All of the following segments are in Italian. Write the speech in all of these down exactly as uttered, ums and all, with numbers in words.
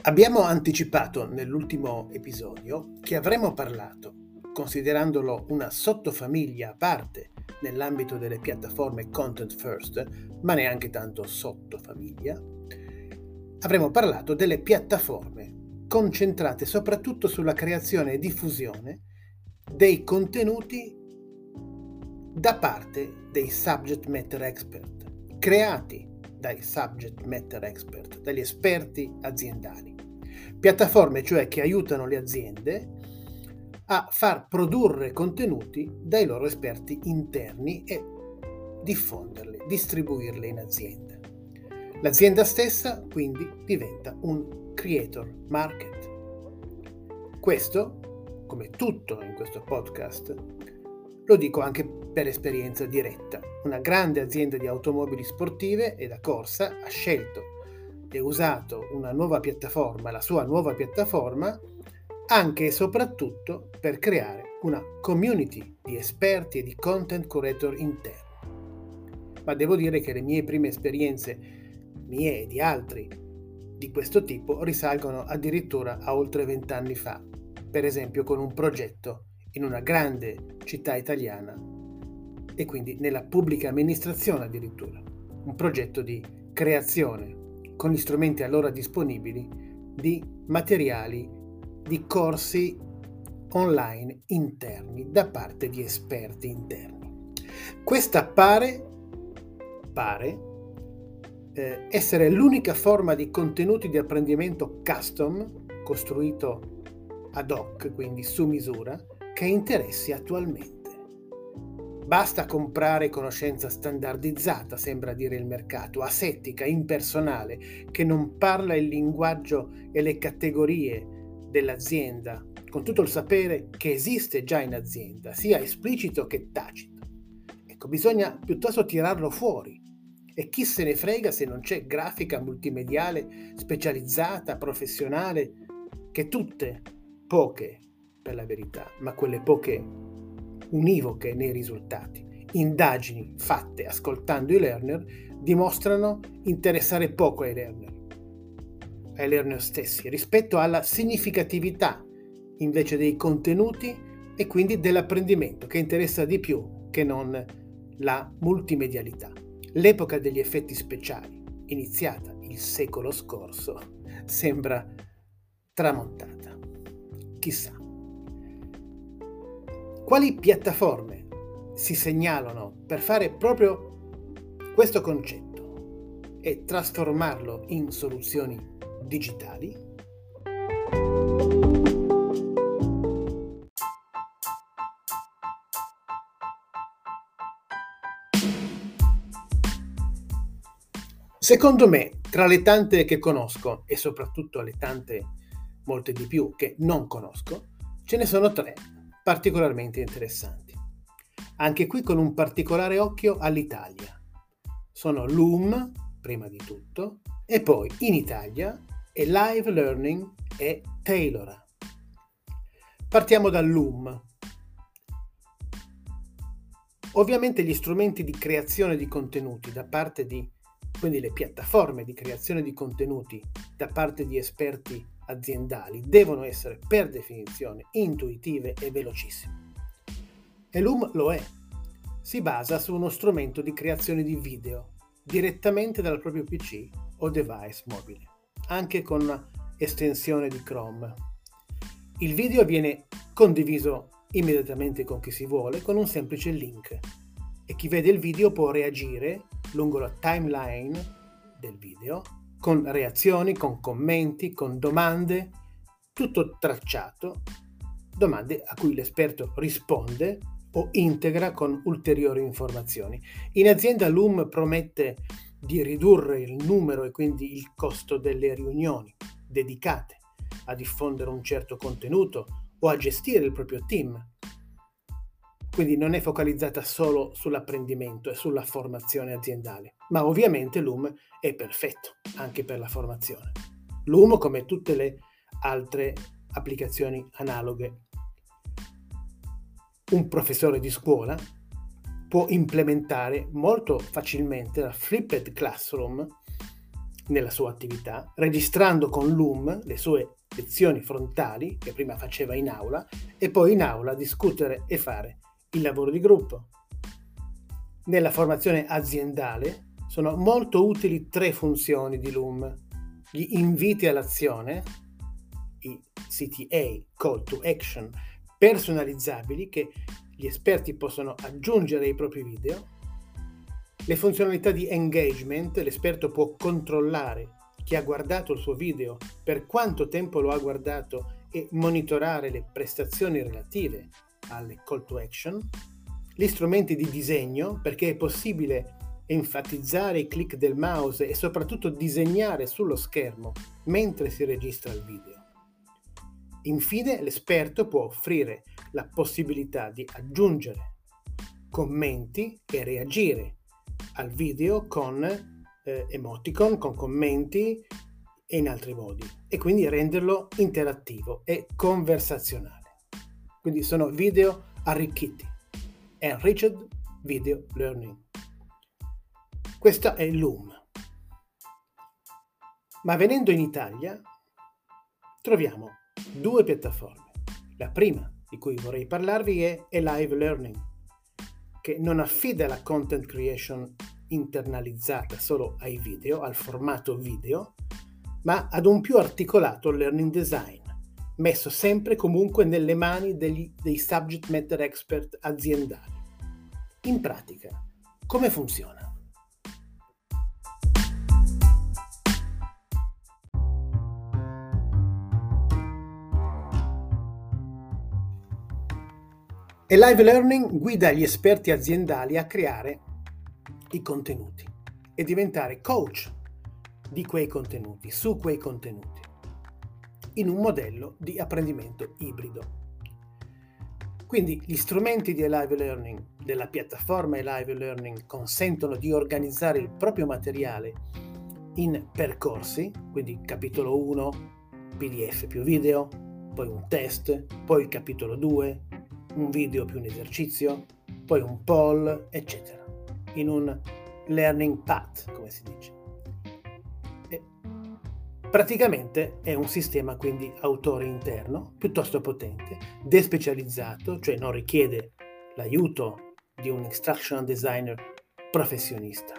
Abbiamo anticipato nell'ultimo episodio che avremmo parlato, considerandolo una sottofamiglia a parte nell'ambito delle piattaforme Content First, ma neanche tanto sottofamiglia, avremmo parlato delle piattaforme concentrate soprattutto sulla creazione e diffusione dei contenuti da parte dei subject matter expert, creati dai subject matter expert, dagli esperti aziendali. Piattaforme cioè che aiutano le aziende a far produrre contenuti dai loro esperti interni e diffonderli, distribuirli in azienda. L'azienda stessa quindi diventa un creator market. Questo, come tutto in questo podcast, lo dico anche per esperienza diretta. Una grande azienda di automobili sportive e da corsa ha scelto e usato una nuova piattaforma, la sua nuova piattaforma, anche e soprattutto per creare una community di esperti e di content creator interni. Ma devo dire che le mie prime esperienze, mie e di altri, di questo tipo risalgono addirittura a oltre vent'anni fa, per esempio con un progetto in una grande città italiana e quindi nella pubblica amministrazione addirittura, un progetto di creazione con gli strumenti allora disponibili di materiali, di corsi online interni da parte di esperti interni. Questa pare, pare eh, essere l'unica forma di contenuti di apprendimento custom, costruito ad hoc, quindi su misura, che interessi attualmente. Basta comprare conoscenza standardizzata, sembra dire il mercato, asettica, impersonale, che non parla il linguaggio e le categorie dell'azienda, con tutto il sapere che esiste già in azienda, sia esplicito che tacito. Ecco, bisogna piuttosto tirarlo fuori. E chi se ne frega se non c'è grafica multimediale specializzata, professionale, che tutte, poche per la verità, ma quelle poche univoche nei risultati. Indagini fatte ascoltando i learner dimostrano interessare poco ai learner, ai learner stessi, rispetto alla significatività invece dei contenuti e quindi dell'apprendimento, che interessa di più che non la multimedialità. L'epoca degli effetti speciali, iniziata il secolo scorso, sembra tramontata. Chissà. Quali piattaforme si segnalano per fare proprio questo concetto e trasformarlo in soluzioni digitali? Secondo me, tra le tante che conosco e soprattutto le tante, molte di più, che non conosco, ce ne sono tre particolarmente interessanti. Anche qui con un particolare occhio all'Italia. Sono Loom, prima di tutto, e poi in Italia è Live Learning e Tailora. Partiamo da Loom. Ovviamente gli strumenti di creazione di contenuti da parte di, quindi le piattaforme di creazione di contenuti da parte di esperti aziendali devono essere per definizione intuitive e velocissime. E Loom lo è. Si basa su uno strumento di creazione di video direttamente dal proprio P C o device mobile, anche con una estensione di Chrome. Il video viene condiviso immediatamente con chi si vuole con un semplice link e chi vede il video può reagire lungo la timeline del video con reazioni, con commenti, con domande, tutto tracciato, domande a cui l'esperto risponde o integra con ulteriori informazioni. In azienda Loom promette di ridurre il numero e quindi il costo delle riunioni dedicate a diffondere un certo contenuto o a gestire il proprio team. Quindi non è focalizzata solo sull'apprendimento e sulla formazione aziendale, ma ovviamente Loom è perfetto anche per la formazione. Loom, come tutte le altre applicazioni analoghe, un professore di scuola può implementare molto facilmente la Flipped Classroom nella sua attività, registrando con Loom le sue lezioni frontali, che prima faceva in aula, e poi in aula discutere e fare il lavoro di gruppo. Nella formazione aziendale sono molto utili tre funzioni di Loom: gli inviti all'azione, i C T A, Call to Action, personalizzabili che gli esperti possono aggiungere ai propri video, le funzionalità di engagement, l'esperto può controllare chi ha guardato il suo video, per quanto tempo lo ha guardato e monitorare le prestazioni relative alle call to action, gli strumenti di disegno, perché è possibile enfatizzare i click del mouse e soprattutto disegnare sullo schermo mentre si registra il video. Infine, l'esperto può offrire la possibilità di aggiungere commenti e reagire al video con eh, emoticon, con commenti e in altri modi, e quindi renderlo interattivo e conversazionale. Quindi sono video arricchiti. Enriched Video Learning. Questo è Loom. Ma venendo in Italia troviamo due piattaforme. La prima di cui vorrei parlarvi è Live Learning, che non affida la content creation internalizzata solo ai video, al formato video, ma ad un più articolato learning design, messo sempre comunque nelle mani degli, dei subject matter expert aziendali. In pratica, come funziona? E Live Learning guida gli esperti aziendali a creare i contenuti e diventare coach di quei contenuti, su quei contenuti, in un modello di apprendimento ibrido. Quindi gli strumenti di Live Learning, della piattaforma Live Learning, consentono di organizzare il proprio materiale in percorsi, quindi capitolo uno, P D F più video, poi un test, poi il capitolo due, un video più un esercizio, poi un poll, eccetera, in un learning path, come si dice. E praticamente è un sistema quindi autore interno, piuttosto potente, despecializzato, cioè non richiede l'aiuto di un instructional designer professionista.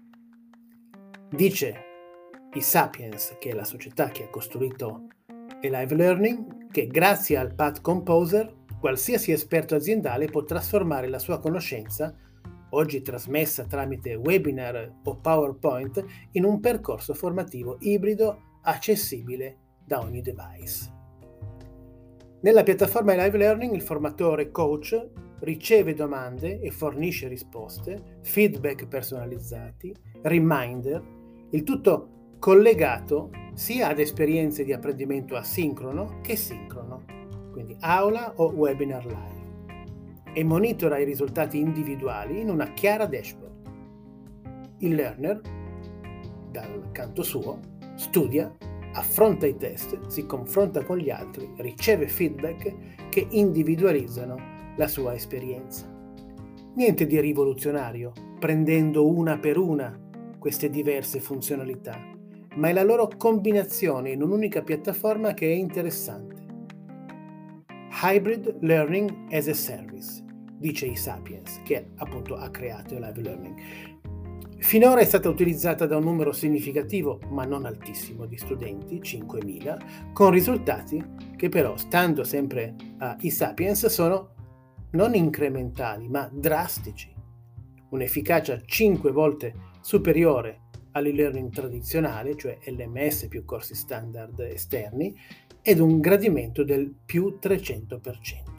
Dice eSapiens, che è la società che ha costruito Live Learning, che grazie al Path Composer qualsiasi esperto aziendale può trasformare la sua conoscenza, oggi trasmessa tramite webinar o PowerPoint, in un percorso formativo ibrido accessibile da ogni device. Nella piattaforma Live Learning il formatore coach riceve domande e fornisce risposte, feedback personalizzati, reminder, il tutto collegato sia ad esperienze di apprendimento asincrono che sincrono, quindi aula o webinar live, e monitora i risultati individuali in una chiara dashboard. Il learner, dal canto suo, studia, affronta i test, si confronta con gli altri, riceve feedback che individualizzano la sua esperienza. Niente di rivoluzionario, prendendo una per una queste diverse funzionalità, ma è la loro combinazione in un'unica piattaforma che è interessante. Hybrid Learning as a Service, dice eSapiens, che appunto ha creato Live Learning. Finora è stata utilizzata da un numero significativo, ma non altissimo, di studenti, cinquemila, con risultati che però, stando sempre a eSapiens, sono non incrementali, ma drastici. Un'efficacia cinque volte superiore all'e-learning tradizionale, cioè L M S più corsi standard esterni, ed un gradimento del più trecento per cento.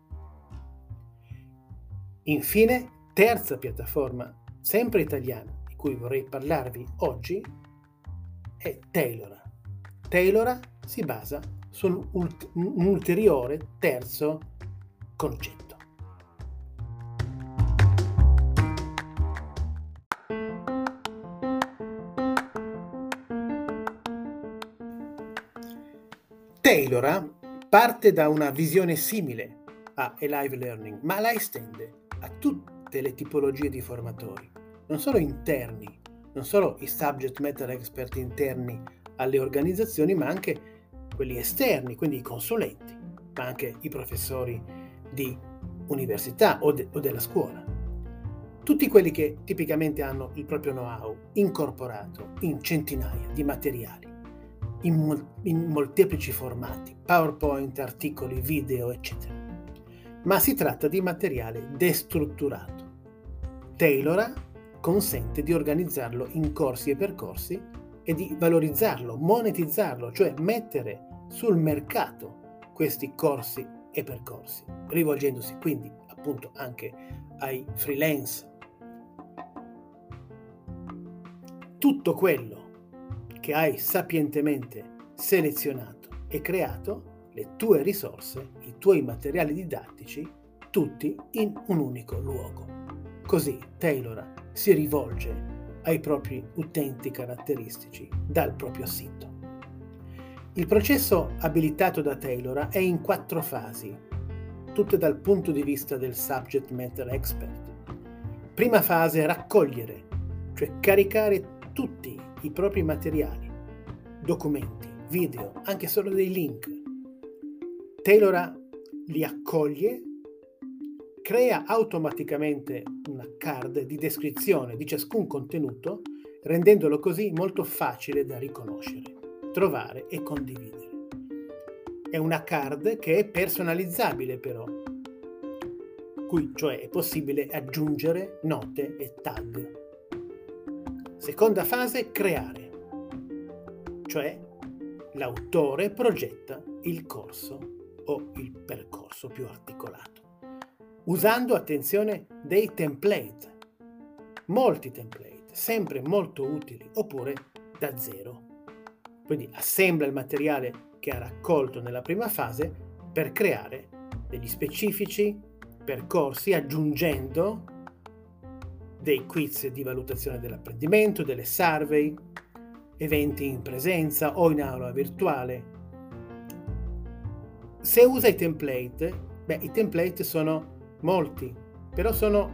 Infine, terza piattaforma, sempre italiana, di cui vorrei parlarvi oggi, è Tailora. Tailora si basa su un, ult- un ulteriore terzo concetto. Tailora parte da una visione simile a Live Learning, ma la estende a tutte le tipologie di formatori, non solo interni non solo i subject matter expert interni alle organizzazioni, ma anche quelli esterni, quindi i consulenti, ma anche i professori di università o, de- o della scuola. Tutti quelli che tipicamente hanno il proprio know-how incorporato in centinaia di materiali, in, mol- in molteplici formati, PowerPoint, articoli, video, eccetera. Ma si tratta di materiale destrutturato. Tailora consente di organizzarlo in corsi e percorsi e di valorizzarlo, monetizzarlo, cioè mettere sul mercato questi corsi e percorsi, rivolgendosi quindi appunto anche ai freelance. Tutto quello che hai sapientemente selezionato e creato, le tue risorse, i tuoi materiali didattici, tutti in un unico luogo. Così Tailora si rivolge ai propri utenti caratteristici dal proprio sito. Il processo abilitato da Tailora è in quattro fasi, tutte dal punto di vista del subject matter expert. Prima fase: raccogliere, cioè caricare tutti i propri materiali, documenti, video, anche solo dei link. Tailora li accoglie, crea automaticamente una card di descrizione di ciascun contenuto, rendendolo così molto facile da riconoscere, trovare e condividere. È una card che è personalizzabile però, cui cioè è possibile aggiungere note e tag. Seconda fase: creare, cioè l'autore progetta il corso o il percorso più articolato, usando, attenzione, dei template, molti template, sempre molto utili, oppure da zero. Quindi assembla il materiale che ha raccolto nella prima fase per creare degli specifici percorsi, aggiungendo dei quiz di valutazione dell'apprendimento, delle survey, eventi in presenza o in aula virtuale. Se usa i template, beh, i template sono molti, però sono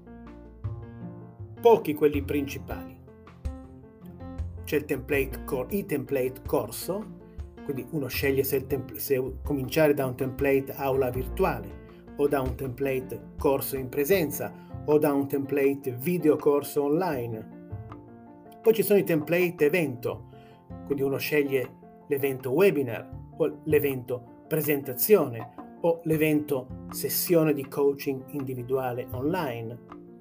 pochi quelli principali. C'è il template, cor- i template corso, quindi uno sceglie se, il temp- se cominciare da un template aula virtuale o da un template corso in presenza o da un template video corso online. Poi ci sono i template evento, quindi uno sceglie l'evento webinar o l'evento presentazione o l'evento sessione di coaching individuale online.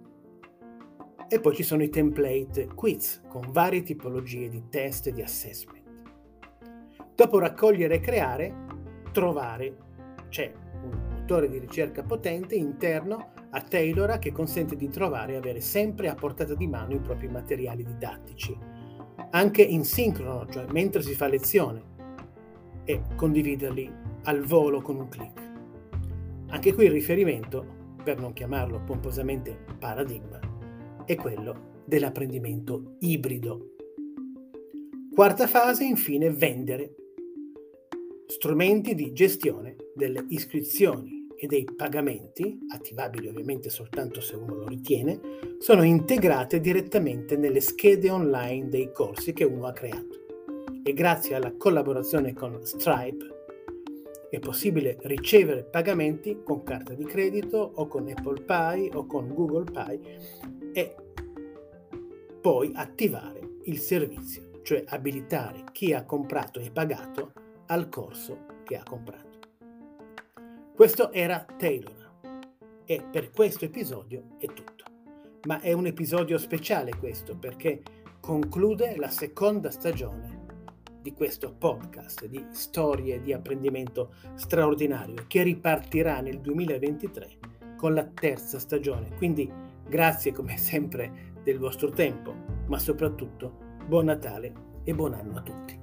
E poi ci sono i template quiz con varie tipologie di test e di assessment. Dopo raccogliere e creare, trovare. C'è un motore di ricerca potente interno a Tailora che consente di trovare e avere sempre a portata di mano i propri materiali didattici, anche in sincrono, cioè mentre si fa lezione, e condividerli al volo con un click. Anche qui il riferimento, per non chiamarlo pomposamente paradigma, è quello dell'apprendimento ibrido. Quarta fase, infine, vendere. Strumenti di gestione delle iscrizioni e dei pagamenti, attivabili ovviamente soltanto se uno lo ritiene, sono integrate direttamente nelle schede online dei corsi che uno ha creato. E grazie alla collaborazione con Stripe è possibile ricevere pagamenti con carta di credito o con Apple Pay o con Google Pay e poi attivare il servizio, cioè abilitare chi ha comprato e pagato al corso che ha comprato. Questo era Tailora e per questo episodio è tutto. Ma è un episodio speciale questo perché conclude la seconda stagione di questo podcast di storie di apprendimento straordinario che ripartirà nel duemilaventitré con la terza stagione. Quindi grazie come sempre del vostro tempo, ma soprattutto buon Natale e buon anno a tutti.